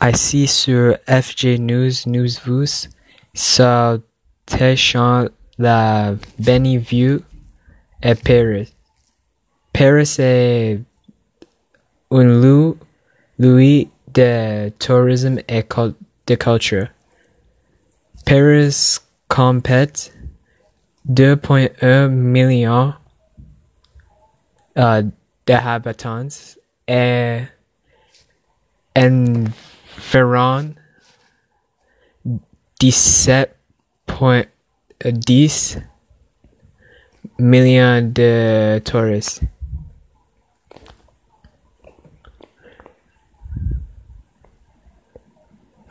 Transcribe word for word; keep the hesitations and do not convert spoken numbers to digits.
Ici sur F G News, Newsvus, s'attachant la Benny-View et Paris. Paris est un lieu, lieu de tourisme et de culture. Paris compte deux virgule un millions uh, d'habitants et environ dix-sept virgule dix millions de touristes.